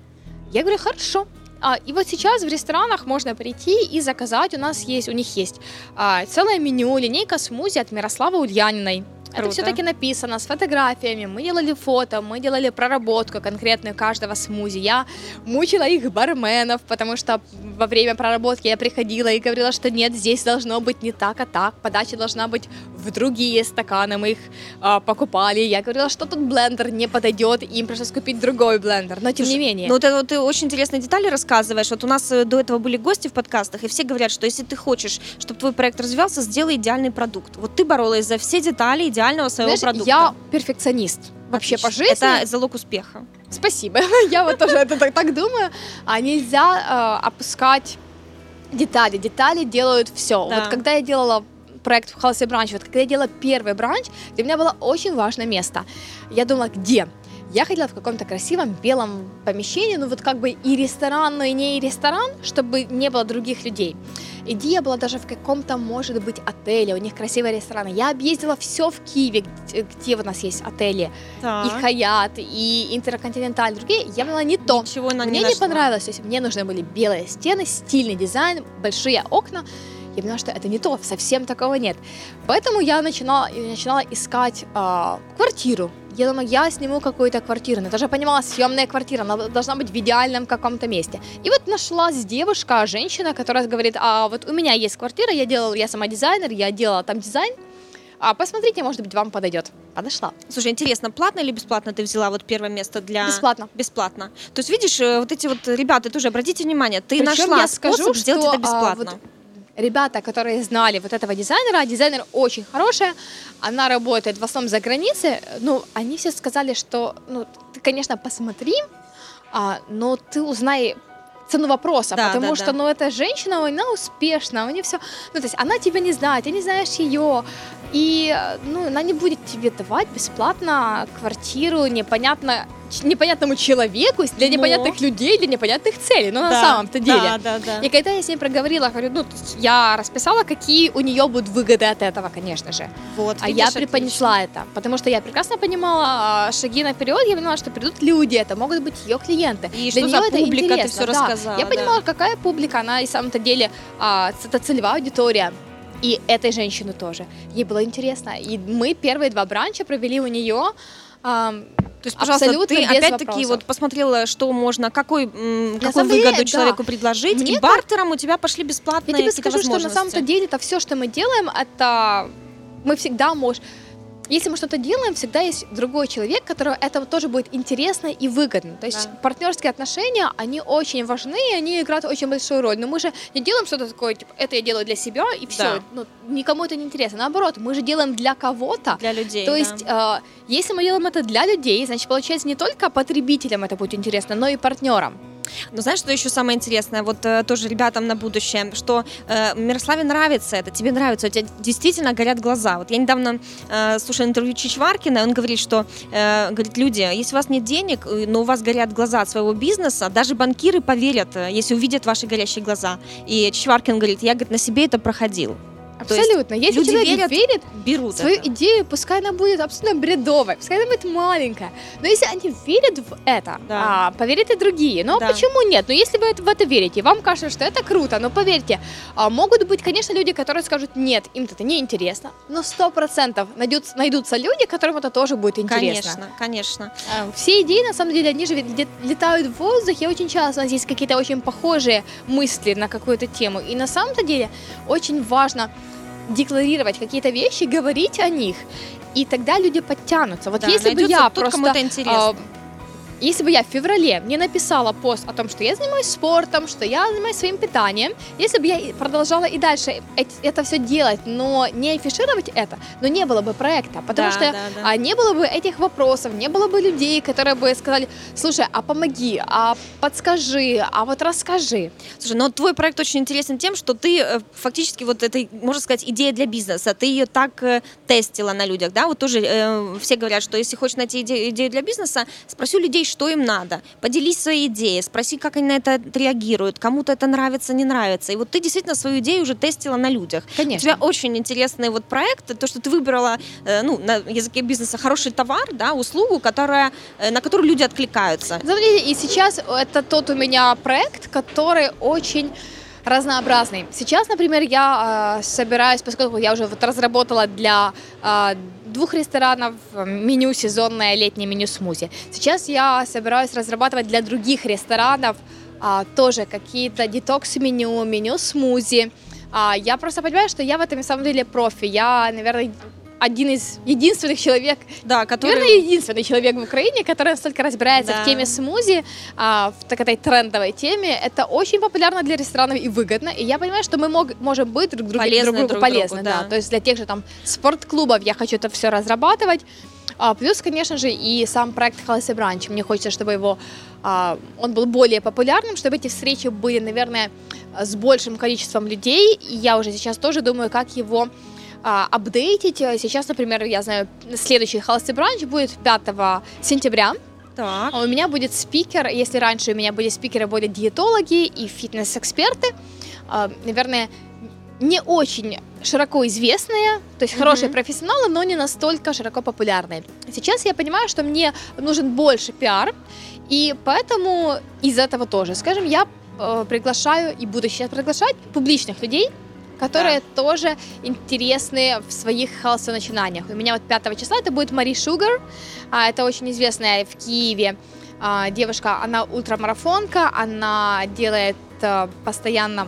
Я говорю: хорошо. А, и вот сейчас в ресторанах можно прийти и заказать. У нас есть, у них есть а, целое меню, линейка смузи от Мирославы Ульяниной. Круто. Это все-таки написано с фотографиями. Мы делали фото, мы делали проработку конкретную каждого смузи. Я мучила их барменов, потому что во время проработки я приходила и говорила, что нет, здесь должно быть не так, а так. Подача должна быть в другие стаканы. Мы их а, покупали. Я говорила, что тут блендер не подойдет, им пришлось купить другой блендер. Но тем Слушай, не менее. Ну, вот это вот ты очень интересные детали рассказываешь. Вот у нас до этого были гости в подкастах, и все говорят, что если ты хочешь, чтобы твой проект развивался, сделай идеальный продукт. Вот ты боролась за все детали идеального своего Знаешь, продукта. я перфекционист вообще Отлично. по жизни. Это залог успеха. Спасибо. Я вот тоже это так, так думаю. А нельзя э, опускать детали. Детали делают все. Да. Вот когда я делала проект в Healthy Brunch, вот когда я делала первый бранч, для меня было очень важное место. Я думала, где? Я хотела в каком-то красивом белом помещении, ну вот как бы и ресторан, но и не ресторан, чтобы не было других людей. Идея была даже в каком-то, может быть, отеле, у них красивые рестораны. Я объездила все в Киеве, где, где у нас есть отели, так. И Хаят, и Интерконтиненталь, другие. Я была не то. Ничего она мне не, не понравилось, то есть мне нужны были белые стены, стильный дизайн, большие окна. Я поняла, что это не то, совсем такого нет. Поэтому я начинала, начинала искать э, квартиру. Я думала, я сниму какую-то квартиру. Но я даже понимала, съемная квартира, она должна быть в идеальном каком-то месте. И вот нашлась девушка, женщина, которая говорит: а вот у меня есть квартира, я делала, я сама дизайнер, я делала там дизайн. А посмотрите, может быть, вам подойдет. Подошла. Слушай, интересно, платно или бесплатно ты взяла вот первое место для... Бесплатно. Бесплатно. То есть, видишь, вот эти вот ребята, тоже обратите внимание, ты Причем нашла я способ скажу, сделать что, это бесплатно. А, вот ребята, которые знали вот этого дизайнера, дизайнер очень хорошая, она работает в основном за границей, ну, они все сказали, что, ну, ты, конечно, посмотри, а, но ты узнай цену вопроса, да, потому да, что, да. ну, эта женщина, она успешна, у нее все, ну, то есть она тебя не знает, ты не знаешь ее, и, ну, она не будет тебе давать бесплатно квартиру непонятно, непонятному человеку, для но... непонятных людей, для непонятных целей, но да, на самом-то деле. Да, да, да. И когда я с ней проговорила, говорю, ну, я расписала, какие у нее будут выгоды от этого, конечно же. Вот, а видишь, я преподнесла отлично. Это, потому что я прекрасно понимала шаги наперед, я понимала, что придут люди, это могут быть ее клиенты. И для что нее за это публика, интересно. ты все да. рассказала. Я да. понимала, какая публика, она и в самом-то деле, а, это целевая аудитория. И этой женщины тоже. Ей было интересно. И мы первые два бранча провели у нее. А, То есть, пожалуйста, абсолютно ты опять-таки вопросов. вот посмотрела, что можно, какой, м, какую выгоду деле, человеку да. предложить, Мне и бартером у тебя пошли бесплатные я тебе какие-то скажу, возможности. что на самом-то деле это все, что мы делаем, это мы всегда можем... Если мы что-то делаем, всегда есть другой человек, которому это тоже будет интересно и выгодно. То есть да. партнерские отношения, они очень важны, и они играют очень большую роль. Но мы же не делаем что-то такое, типа, это я делаю для себя, и все. Да. Ну, никому это не интересно. Наоборот, мы же делаем для кого-то. Для людей, То да. есть, э, если мы делаем это для людей, значит, получается, не только потребителям это будет интересно, но и партнерам. Но знаешь, что еще самое интересное, вот э, тоже ребятам на будущее, что э, Мирославе нравится это, тебе нравится, у тебя действительно горят глаза. Вот я недавно э, слушала интервью Чичваркина, и он говорит, что, э, говорит, люди, если у вас нет денег, но у вас горят глаза от своего бизнеса, даже банкиры поверят, если увидят ваши горящие глаза. И Чичваркин говорит, я, говорит, на себе это проходил. Абсолютно. Если люди человек верят, верит берут свою это. идею, пускай она будет абсолютно бредовой, пускай она будет маленькая, но если они верят в это, да. а, поверят и другие. Но да. почему нет? Но если вы в это верите, вам кажется, что это круто, но поверьте, а, могут быть, конечно, люди, которые скажут, нет, им это не интересно, но сто процентов найдутся, найдутся люди, которым это тоже будет интересно. Конечно, конечно. А, все идеи, на самом деле, они же летают в воздухе, очень часто у нас есть какие-то очень похожие мысли на какую-то тему, и на самом-то деле очень важно декларировать какие-то вещи, говорить о них, и тогда люди подтянутся. Вот да, если бы я тот, просто кому это интересно. если бы я в феврале не написала пост о том, что я занимаюсь спортом, что я занимаюсь своим питанием, если бы я продолжала и дальше это все делать, но не афишировать это, но не было бы проекта, потому да, что да, да. не было бы этих вопросов, не было бы людей, которые бы сказали: слушай, а помоги, а подскажи, а вот расскажи. Слушай, но твой проект очень интересен тем, что ты фактически вот это, можно сказать, идея для бизнеса, ты ее так тестила на людях, да, вот тоже э, все говорят, что если хочешь найти идею, идею для бизнеса, спроси у людей, что им надо, поделись своей идеей, спроси, как они на это реагируют, кому-то это нравится, не нравится. И вот ты действительно свою идею уже тестила на людях. Конечно. У тебя очень интересный вот проект, то, что ты выбрала, ну, на языке бизнеса хороший товар, да, услугу, которая, на которую люди откликаются. Смотрите, и сейчас это тот у меня проект, который очень разнообразный. Сейчас, например, я э, собираюсь, поскольку я уже вот разработала для э, двух ресторанов меню сезонное летнее меню смузи. Сейчас я собираюсь разрабатывать для других ресторанов э, тоже какие-то детокс-меню, меню смузи. Э, я просто понимаю, что я в этом на самом деле профи. Я, наверное, один из единственных человек, да, который... наверное, единственный человек в Украине, который настолько разбирается да. в теме смузи, а, в такой трендовой теме. Это очень популярно для ресторанов и выгодно. И я понимаю, что мы мог, можем быть друг другу, полезны друг другу друг полезны. Другу, да. да. То есть для тех же там спортклубов я хочу это все разрабатывать. А, плюс, конечно же, и сам проект Healthy Brunch. Мне хочется, чтобы его, а, он был более популярным, чтобы эти встречи были, наверное, с большим количеством людей. И я уже сейчас тоже думаю, как его апдейтить. Сейчас, например, я знаю, следующий Healthy Brunch будет пятого сентября. Так. У меня будет спикер, если раньше у меня были спикеры, были диетологи и фитнес-эксперты, наверное, не очень широко известные, то есть mm-hmm. хорошие профессионалы, но не настолько широко популярные. Сейчас я понимаю, что мне нужен больше пиар, и поэтому из этого тоже, скажем, я приглашаю и буду сейчас приглашать публичных людей, которые да. тоже интересны в своих health начинаниях. У меня вот пятого числа это будет Мари Шугар, это очень известная в Киеве девушка, она ультрамарафонка, она делает постоянно,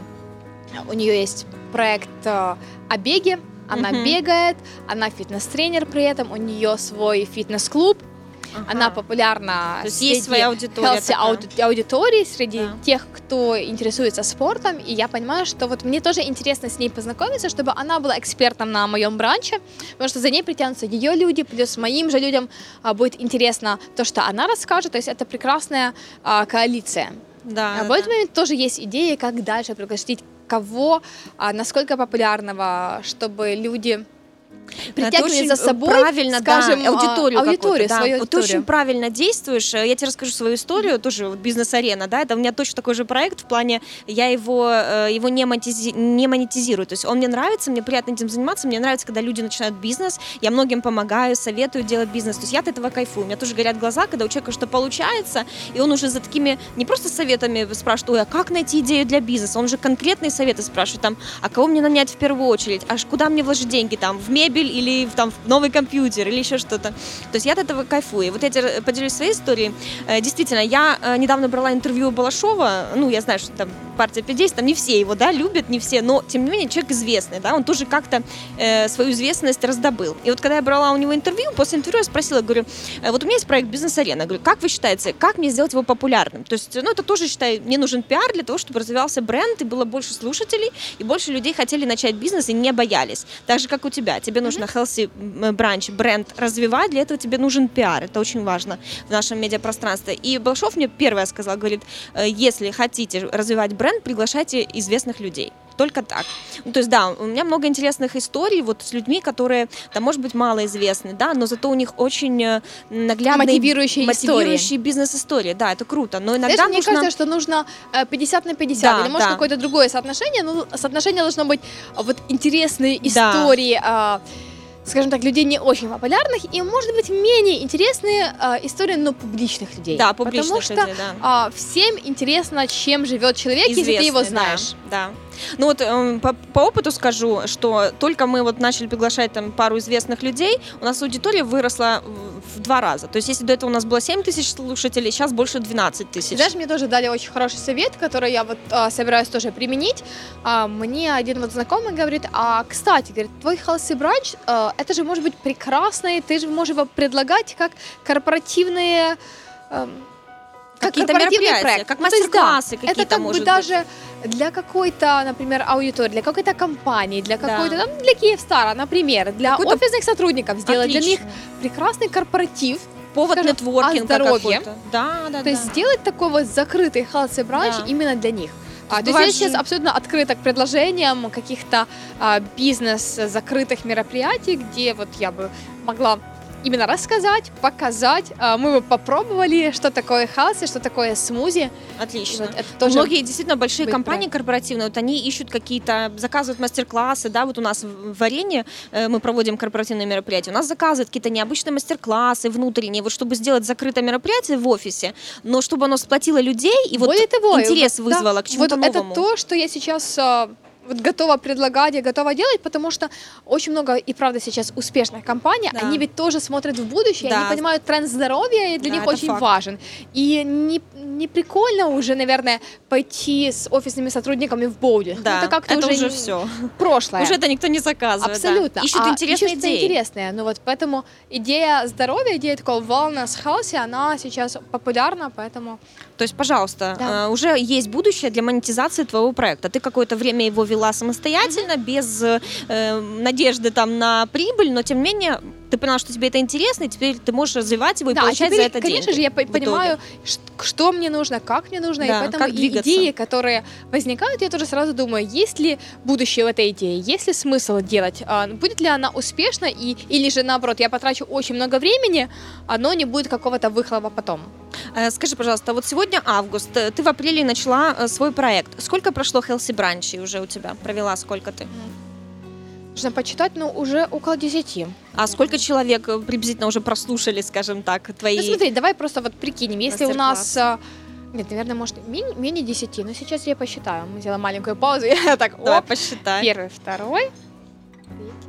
у нее есть проект о беге, она uh-huh. бегает, она фитнес-тренер при этом, у нее свой фитнес-клуб. Ага. Она популярна То есть среди есть своя аудитория, ауди- аудитории, среди да. тех, кто интересуется спортом, и я понимаю, что вот мне тоже интересно с ней познакомиться, чтобы она была экспертом на моем бранче, потому что за ней притянутся ее люди, плюс моим же людям а, будет интересно то, что она расскажет, то есть это прекрасная а, коалиция. Да, а да, в этот да. момент тоже есть идеи, как дальше пригласить кого, а, насколько популярного, чтобы люди... притягивать за собой, правильно, скажем, да, аудиторию, аудиторию да. свою Вот аудиторию. ты очень правильно действуешь. Я тебе расскажу свою историю, тоже вот бизнес-арена, да, это у меня точно такой же проект, в плане я его, его не, монетизи... не монетизирую, то есть он мне нравится, мне приятно этим заниматься, мне нравится, когда люди начинают бизнес, я многим помогаю, советую делать бизнес, то есть я от этого кайфую, у меня тоже горят глаза, когда у человека что получается, и он уже за такими, не просто советами спрашивает, ой, а как найти идею для бизнеса, он уже конкретные советы спрашивает, там, а кого мне нанять в первую очередь, аж куда мне вложить деньги, там, в мебель или в, там, в новый компьютер или еще что-то. То есть я от этого кайфую. Вот я тебе поделюсь своей историей. Действительно, я недавно брала интервью у Балашова, ну, я знаю, что там партия пять десять, там не все его, да, любят, не все, но, тем не менее, человек известный, да, он тоже как-то э, свою известность раздобыл. И вот когда я брала у него интервью, после интервью я спросила, говорю, вот у меня есть проект «Бизнес-арена», говорю, как вы считаете, как мне сделать его популярным? То есть, ну, это тоже, считаю, мне нужен пиар для того, чтобы развивался бренд, и было больше слушателей, и больше людей хотели начать бизнес и не боялись. Так же, как у тебя. Тебе mm-hmm. нужно Healthy Brunch, бренд развивать, для этого тебе нужен пиар. Это очень важно в нашем медиапространстве. И Балашов мне первое сказал, говорит, если хотите развивать бренд, приглашайте известных людей. Только так. Ну, то есть, да, у меня много интересных историй вот с людьми, которые, там, может быть, малоизвестны, да, но зато у них очень наглядные, мотивирующие, мотивирующие бизнес-истории. Да, это круто. Но иногда Знаешь, нужно... мне кажется, что нужно пятьдесят на пятьдесят, да, или может да. какое-то другое соотношение, но соотношение должно быть вот интересные истории, да. скажем так, людей не очень популярных, и, может быть, менее интересные э, истории, но публичных людей. Да, публичных Потому что людей, да. э, всем интересно, чем живет человек, Известный, если ты его знаешь. Да, да. Ну вот э, по, по опыту скажу, что только мы вот начали приглашать там пару известных людей, у нас аудитория выросла в, в два раза. То есть если до этого у нас было семь тысяч слушателей, сейчас больше двенадцать тысяч. Знаешь, мне тоже дали очень хороший совет, который я вот э, собираюсь тоже применить. Э, мне один вот знакомый говорит, а, кстати, говорит, твой Healthy Brunch, э, это же может быть прекрасно, и ты же можешь его предлагать как корпоративные... Э, какие-то корпоративный мероприятия, проект. как Ну, то есть, да, мастер-классы какие-то, это как может бы быть. даже для какой-то, например, аудитории, для какой-то компании, для Да. какой-то, там, для Киевстара, например, для Какой-то- офисных сотрудников сделать для них Отлично. прекрасный корпоратив, Повод скажем, нетворкинга о здоровье. какой-то. Да, да, то да. есть сделать такой вот закрытый healthy brunch Да. именно для них. А, то есть бывает я сейчас же- абсолютно открыта к предложениям каких-то а, бизнес-закрытых мероприятий, где вот я бы могла именно рассказать, показать. А, мы бы попробовали, что такое healthy, что такое смузи. Отлично. Вот это тоже Многие действительно большие будет компании корпоративные, вот они ищут какие-то, заказывают мастер-классы, да, вот у нас в в Арене э, мы проводим корпоративные мероприятия, у нас заказывают какие-то необычные мастер-классы внутренние, вот чтобы сделать закрытое мероприятие в офисе, но чтобы оно сплотило людей и вот Более того, интерес да, вызвало к чему-то вот новому. это то, что я сейчас а, вот готова предлагать и готова делать, потому что очень много и правда сейчас успешных компаний, Да. они ведь тоже смотрят в будущее, Да. они понимают тренд здоровья, и для Да, них это очень факт. важен. И не, не прикольно уже, наверное, пойти с офисными сотрудниками в боулинг. Да, Ну, это как-то это уже, уже не- все. прошлое. Уже это никто не заказывает. да. Абсолютно. Ищут А интересные ищут что-то идеи. интересное. Ну вот поэтому идея здоровья, идея такого wellness, healthy, она сейчас популярна, поэтому... То есть, пожалуйста, Да. э, уже есть будущее для монетизации твоего проекта. Ты какое-то время его вела самостоятельно, без э, надежды там на прибыль, но тем не менее ты поняла, что тебе это интересно, и теперь ты можешь развивать его и Да, а получать теперь, за это конечно деньги. же, я по- в итоге. понимаю, ш- что мне нужно, как мне нужно, Да, и поэтому как и двигаться. идеи, которые возникают, я тоже сразу думаю, есть ли будущее в этой идее, есть ли смысл делать, а, будет ли она успешна, и, или же наоборот, я потрачу очень много времени, а, но не будет какого-то выхлопа потом. Э, Скажи, пожалуйста, вот сегодня август, э, ты в апреле начала э, свой проект. Сколько прошло Healthy Brunch уже у тебя? Провела сколько ты? Нужно почитать, но уже около десяти. А сколько человек э, приблизительно уже прослушали, скажем так, твои... Ну смотри, давай просто вот прикинем, если у нас... Мастер-класс. а, Нет, наверное, может, менее, менее десяти, но сейчас я посчитаю. Мы сделаем маленькую паузу, я так, Давай оп, посчитай. первый, второй, третий.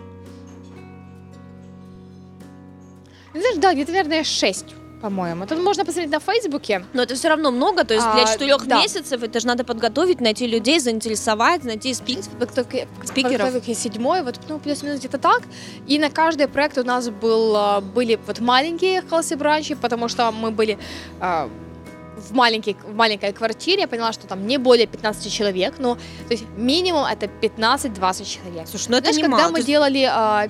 Ну, знаешь, да, где-то, наверное, шесть, по-моему. Тут можно посмотреть на Фейсбуке. Но это все равно много, то есть для А, четырех да. месяцев это же надо подготовить, найти людей, заинтересовать, найти спикеров. Вот только Спикеров. подготовки седьмой, вот, ну, плюс-минус где-то так. И на каждый проект у нас был, а, были вот маленькие healthy бранчи, потому что мы были а, в, маленькой, в маленькой квартире. Я поняла, что там не более пятнадцати человек, но то есть минимум это пятнадцать-двадцать человек. Слушай, ну это Знаешь, немало. когда То мы есть- делали а,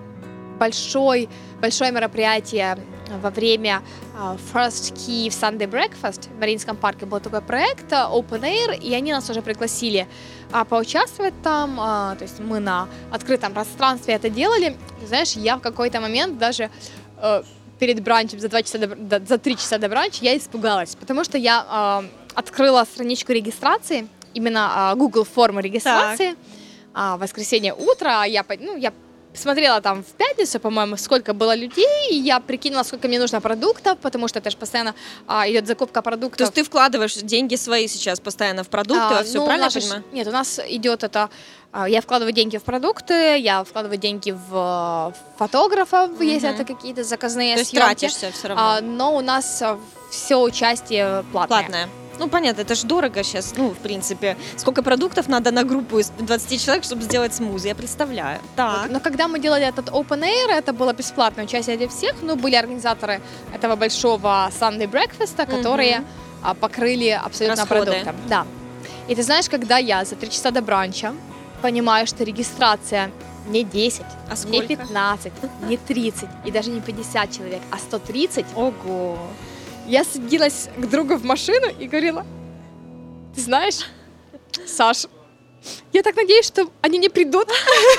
большой, большое мероприятие во время а, First Key Sunday Breakfast в Мариинском парке, был такой проект а, Open Air, и они нас уже пригласили а, поучаствовать там, а, то есть мы на открытом пространстве это делали. Ты знаешь, я в какой-то момент даже э, перед бранчем за два часа до, до- за три часа до бранча я испугалась, потому что я а, открыла страничку регистрации, именно а, Google форму регистрации, а, в воскресенье утро, я, по- ну, я смотрела там в пятницу, по-моему, сколько было людей, и я прикинула, сколько мне нужно продуктов, потому что это же постоянно а, идет закупка продуктов. То есть ты вкладываешь деньги свои сейчас постоянно в продукты, А, во все, ну, у правильно я нас же- понимаю? Нет, у нас идет это... а, Я вкладываю деньги в продукты, я вкладываю деньги в э, фотографов, Мгм. если это какие-то заказные То есть съемки. тратишься все равно. А, но у нас все участие платное. Платная. Ну, понятно, это же дорого сейчас, ну, в принципе. Сколько продуктов надо на группу из двадцати человек, чтобы сделать смузи, я представляю. Так. Вот. Но когда мы делали этот Open Air, это было бесплатное участие для всех, но были организаторы этого большого Sunday Breakfast, которые Мгм. а, покрыли абсолютно Расходы. продуктом. Да. И ты знаешь, когда я за три часа до бранча понимаю, что регистрация не десять, А не сколько? пятнадцать, не тридцать и даже не пятьдесят человек, а сто тридцать, Ого. я садилась к другу в машину и говорила: ты знаешь, Саш, я так надеюсь, что они не придут,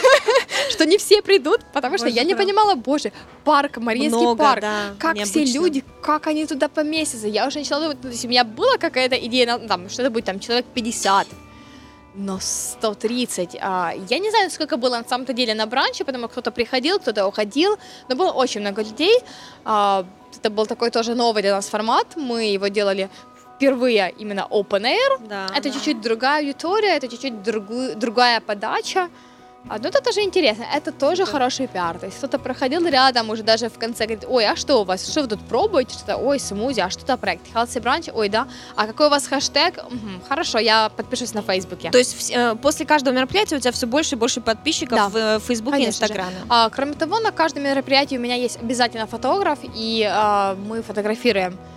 что не все придут, потому что Боже, я не правда. понимала, боже, парк, Мариинский Много, парк, да, как все необычно. люди, как они туда поместятся. Я уже начала думать, то есть у меня была какая-то идея, на- там, что это будет там человек пятьдесят, но сто тридцать. а, Я не знаю, сколько было на самом-то деле на бранче, потому что кто-то приходил, кто-то уходил, но было очень много людей. А, Это был такой тоже новый для нас формат, мы его делали впервые именно open air. Да, Это да. чуть-чуть другая аудитория, это чуть-чуть другую, другая подача. А, ну, это тоже интересно, это тоже Да. хороший пиар. То есть кто-то проходил рядом, уже даже в конце говорит: ой, а что у вас, что вы тут пробуете, что-то, ой, смузи, а что это проект, Healthy Brunch, ой, да, а какой у вас хэштег? Мгм, хорошо, я подпишусь на Фейсбуке. То есть вс- э, после каждого мероприятия у тебя все больше и больше подписчиков Да. в э, Фейсбуке и Конечно же. Инстаграме. А, кроме того, на каждом мероприятии у меня есть обязательно фотограф, и а, мы фотографируем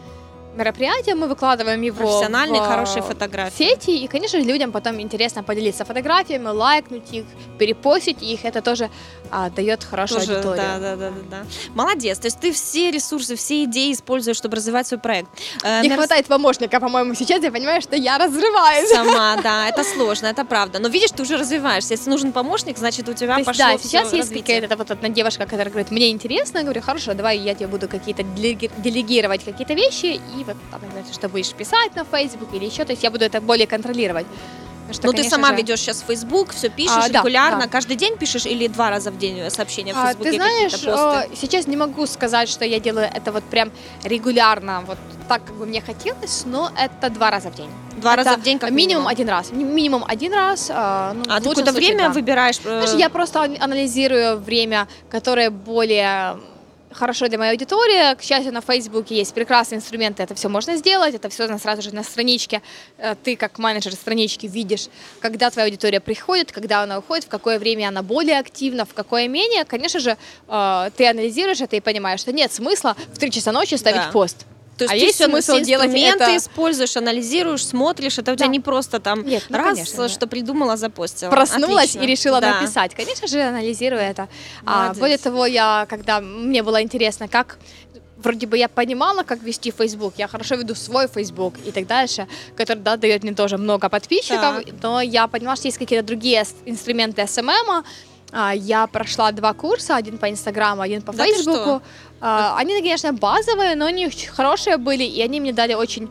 мероприятие, мы выкладываем его профессиональные, в хорошие фотографии. сети, и, конечно же, людям потом интересно поделиться фотографиями, лайкнуть их, перепостить их, это тоже а, дает хорошую Тоже, аудиторию. Да, да, да, да, да. Молодец, то есть ты все ресурсы, все идеи используешь, чтобы развивать свой проект. Не Мирос... хватает помощника, по-моему, сейчас я понимаю, что я разрываюсь. Сама, да, это сложно, это правда. Но видишь, ты уже развиваешься. Если нужен помощник, значит, у тебя то есть, пошло да, все сейчас есть развитие. какая-то вот одна девушка, которая говорит, мне интересно, я говорю, хорошо, давай я тебе буду какие-то делегировать какие-то вещи, и вот там, что будешь писать на Facebook или еще, то есть я буду это более контролировать. Что, ну, ты сама же... ведешь сейчас в Facebook, все пишешь а, да, регулярно, да. каждый день пишешь или два раза в день сообщения в а, Facebook? Ты знаешь, сейчас не могу сказать, что я делаю это вот прям регулярно, вот так, как бы мне хотелось, но это два раза в день. Два это раза в день как минимум? минимум? один раз. Минимум один раз. А, ну, а ты какое-то случае, время да. выбираешь? Знаешь, я просто анализирую время, которое более... хорошо для моей аудитории. К счастью, на Фейсбуке есть прекрасные инструменты, это все можно сделать, это все сразу же на страничке. Ты, как менеджер странички, видишь, когда твоя аудитория приходит, когда она уходит, в какое время она более активна, в какое менее. Конечно же, ты анализируешь это и понимаешь, что нет смысла в три часа ночи ставить да. пост. То есть а ты есть все, смысл все делать инструменты это... используешь, анализируешь, смотришь, это у тебя да. не просто там Нет, ну, раз, конечно, что да. придумала, запостила. Проснулась Отлично. и решила да. написать. Конечно же, анализирую это. А, более того, я, когда мне было интересно, как вроде бы я понимала, как вести Facebook, я хорошо веду свой Facebook и так дальше, который, да, дает мне тоже много подписчиков, так. но я поняла, что есть какие-то другие инструменты эс эм эм. Я прошла два курса, один по Инстаграму, один по да Фейсбуку. Они, конечно, базовые, но они хорошие были, и они мне дали очень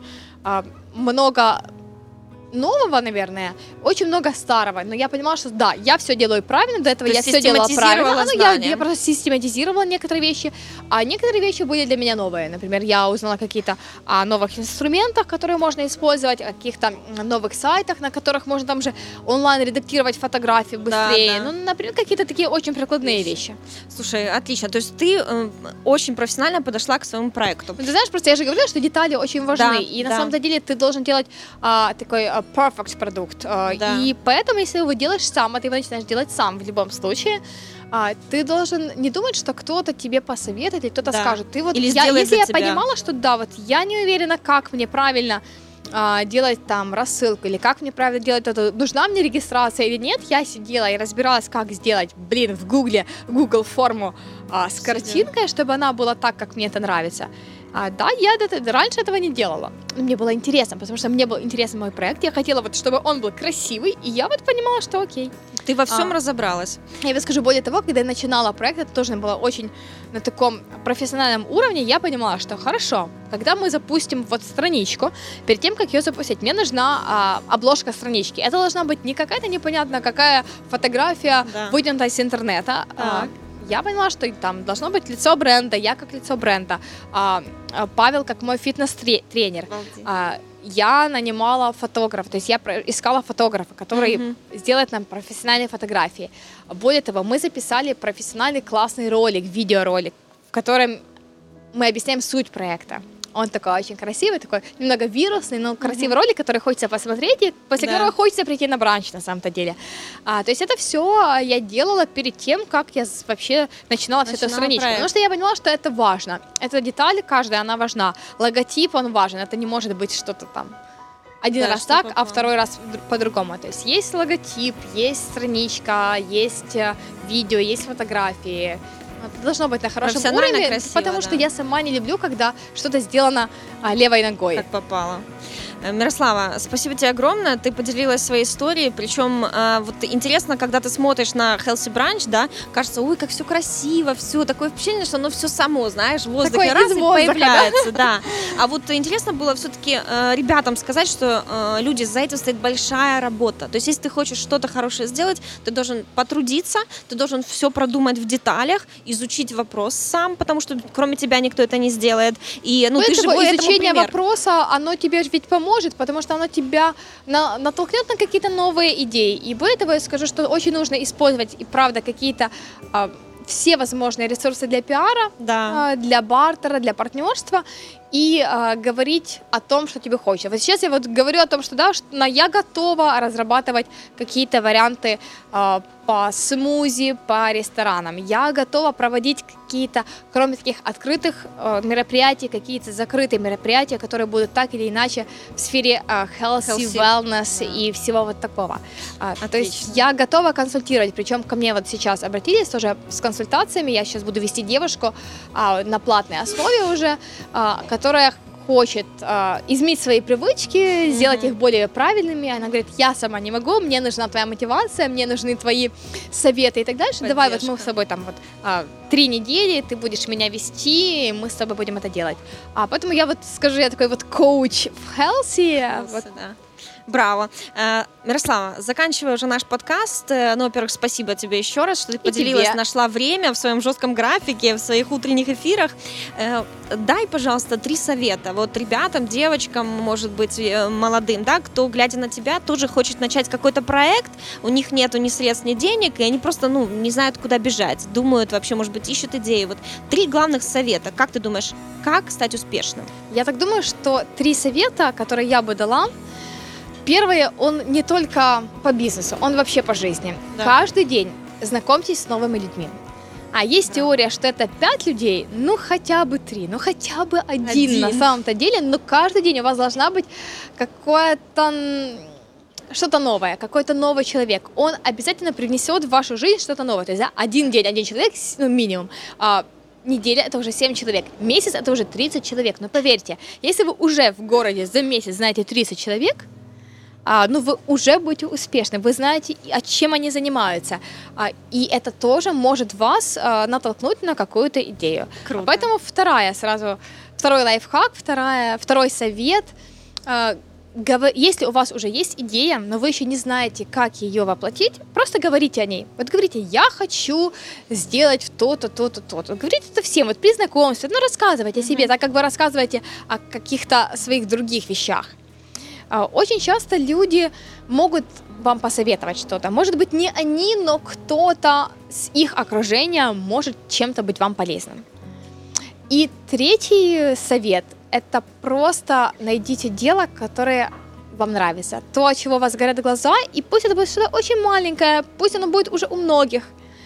много нового, наверное, очень много старого, но я понимала, что да, я все делаю правильно, до этого я все делала правильно, ну, я, я просто систематизировала некоторые вещи, а некоторые вещи были для меня новые, например, я узнала какие-то о новых инструментах, которые можно использовать, о каких-то новых сайтах, на которых можно там же онлайн редактировать фотографии быстрее, да, да. ну, например, какие-то такие очень прикладные вещи. Слушай, отлично, то есть ты э, очень профессионально подошла к своему проекту. Ну, ты знаешь, просто я же говорила, что детали очень важны, да, и на да. самом деле ты должен делать а, такой perfect продукт. Да. И поэтому, если его делаешь сам, а ты его начинаешь делать сам в любом случае, ты должен не думать, что кто-то тебе посоветует или кто-то да. скажет. Ты вот, или я, если я тебя. понимала, что да, вот я не уверена, как мне правильно а, делать там рассылку, или как мне правильно делать это, нужна мне регистрация или нет, я сидела и разбиралась, как сделать, блин, в Гугле, Google форму а, с картинкой, чтобы она была так, как мне это нравится. А, да, я это, раньше этого не делала. Мне было интересно, потому что мне был интересен мой проект. Я хотела, вот, чтобы он был красивый, и я вот понимала, что окей. Ты во всем а, разобралась. Я тебе скажу, более того, когда я начинала проект, это тоже было очень на таком профессиональном уровне, я понимала, что хорошо, когда мы запустим вот страничку, перед тем, как ее запустить, мне нужна а, обложка странички. Это должна быть не какая-то непонятная какая фотография, да. вытянутая из интернета. А, я поняла, что там должно быть лицо бренда, я как лицо бренда, а, а Павел как мой фитнес-тренер. А, я нанимала фотографа, то есть я искала фотографа, который mm-hmm. сделает нам профессиональные фотографии. Более того, мы записали профессиональный классный ролик, видеоролик, в котором мы объясняем суть проекта. Он такой очень красивый, такой немного вирусный, но красивый mm-hmm. ролик, который хочется посмотреть, и после да. которого хочется прийти на бранч, на самом-то деле. А, то есть это все я делала перед тем, как я вообще начинала, начинала всю эту страничку. Проект. Потому что я поняла, что это важно. Эта деталь каждая, она важна. Логотип, он важен. Это не может быть что-то там один да, раз так, попало. А второй раз по-другому. То есть есть логотип, есть страничка, есть видео, есть фотографии. Это должно быть на хорошем уровне, красиво, потому да. что я сама не люблю, когда что-то сделано а, левой ногой. Как попало. Мирослава, спасибо тебе огромное, ты поделилась своей историей, причем э, вот интересно, когда ты смотришь на Healthy Brunch, да, кажется, ой, как все красиво, все, такое впечатление, что оно все само, знаешь, в воздухе такое раз и воздуха, появляется, да. да. А вот интересно было все-таки э, ребятам сказать, что э, люди, за этим стоит большая работа, то есть если ты хочешь что-то хорошее сделать, ты должен потрудиться, ты должен все продумать в деталях, изучить вопрос сам, потому что кроме тебя никто это не сделает, и ну ты живой этому пример. Изучение вопроса, оно тебе ведь поможет, может, потому что оно тебя на, натолкнет на какие-то новые идеи. И более того, я скажу, что очень нужно использовать, и правда, какие-то а, все возможные ресурсы для пиара, да. а, для бартера, для партнерства, и а, говорить о том, что тебе хочется. Вот сейчас я вот говорю о том, что да, что я готова разрабатывать какие-то варианты а, по смузи, по ресторанам. Я готова проводить какие-то, кроме таких открытых э, мероприятий, какие-то закрытые мероприятия, которые будут так или иначе в сфере э, healthy, healthy, wellness yeah. и всего вот такого. А, то есть я готова консультировать, причем ко мне вот сейчас обратились тоже с консультациями, я сейчас буду вести девушку а, на платной основе уже, а, которая хочет э, изменить свои привычки, mm-hmm. сделать их более правильными. Она говорит, я сама не могу, мне нужна твоя мотивация, мне нужны твои советы и так дальше. Поддержка. Давай вот мы с тобой там вот э, три недели, ты будешь меня вести, и мы с тобой будем это делать. А поэтому я вот скажу, я такой вот коуч в healthy. healthy вот. Да. Браво. Мирослава, заканчивая уже наш подкаст, ну, во-первых, спасибо тебе еще раз, что ты поделилась, тебе. Нашла время в своем жестком графике, в своих утренних эфирах. Дай, пожалуйста, три совета вот ребятам, девочкам, может быть, молодым, да, кто, глядя на тебя, тоже хочет начать какой-то проект, у них нету ни средств, ни денег, и они просто, ну, не знают, куда бежать, думают вообще, может быть, ищут идеи. Вот три главных совета. Как ты думаешь, как стать успешным? Я так думаю, что три совета, которые я бы дала. Первое, он не только по бизнесу, он вообще по жизни. Да. Каждый день знакомьтесь с новыми людьми. А есть да. теория, что это пять людей, ну хотя бы три, ну хотя бы один, один. На самом-то деле, но каждый день у вас должна быть какое-то что-то новое, какой-то новый человек. Он обязательно привнесет в вашу жизнь что-то новое. То есть да, один день, один человек, ну минимум. А неделя – это уже семь человек, месяц – это уже тридцать человек. Но поверьте, если вы уже в городе за месяц знаете тридцать человек, А, ну, вы уже будете успешны, вы знаете, чем они занимаются, а, и это тоже может вас а, натолкнуть на какую-то идею. Круто. Поэтому вторая сразу, второй лайфхак, вторая, второй совет. А, гов... Если у вас уже есть идея, но вы еще не знаете, как ее воплотить, просто говорите о ней. Вот говорите, я хочу сделать то-то, то-то, то-то. Говорите это всем, вот при знакомстве, ну, рассказывайте mm-hmm. о себе, так как вы рассказываете о каких-то своих других вещах. Очень часто люди могут вам посоветовать что-то. Может быть, не они, но кто-то с их окружения может чем-то быть вам полезным. И третий совет – это просто найдите дело, которое вам нравится. То, от чего у вас горят глаза, и пусть это будет что-то очень маленькое, пусть оно будет уже у многих.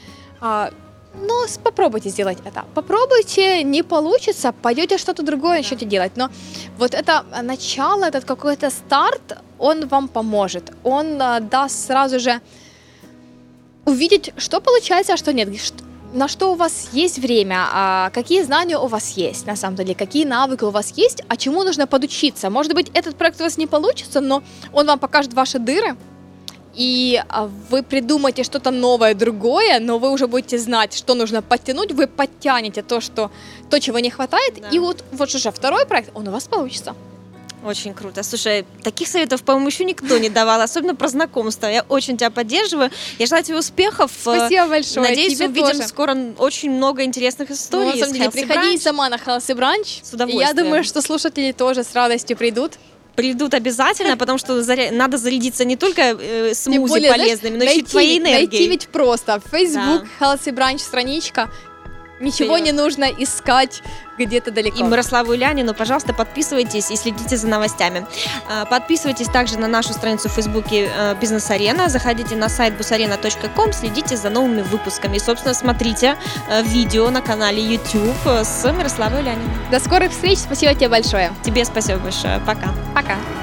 Но попробуйте сделать это. Попробуйте, не получится, пойдете что-то другое начнете делать. Но вот это начало, этот какой-то старт, он вам поможет. Он а, даст сразу же увидеть, что получается, а что нет. На что у вас есть время, а какие знания у вас есть, на самом деле, какие навыки у вас есть, а чему нужно подучиться. Может быть, этот проект у вас не получится, но он вам покажет ваши дыры, и вы придумаете что-то новое, другое, но вы уже будете знать, что нужно подтянуть, вы подтянете то, что, то чего не хватает, да. И вот, вот уже второй проект, он у вас получится. Очень круто. Слушай, таких советов, по-моему, еще никто не давал, особенно про знакомство. Я очень тебя поддерживаю. Я желаю тебе успехов. Спасибо большое. Надеюсь, тебе увидим тоже. Скоро очень много интересных историй. Ну, на самом деле, приходи сама на Healthy Brunch. С удовольствием. И я думаю, что слушатели тоже с радостью придут. Придут обязательно, потому что заря... надо зарядиться не только э, смузи более, полезными, знаешь, но еще и твоей энергией. Найти ведь просто. Facebook, да. Healthy Brunch страничка. Ничего Вперед. Не нужно искать где-то далеко. И Мирославу Улянину, пожалуйста, подписывайтесь и следите за новостями. Подписывайтесь также на нашу страницу в Фейсбуке Бизнес-Арена, заходите на сайт бусарена точка ком, следите за новыми выпусками. И, собственно, смотрите видео на канале YouTube с Мирославой Уляниной. До скорых встреч, спасибо тебе большое. Тебе спасибо большое, пока. Пока.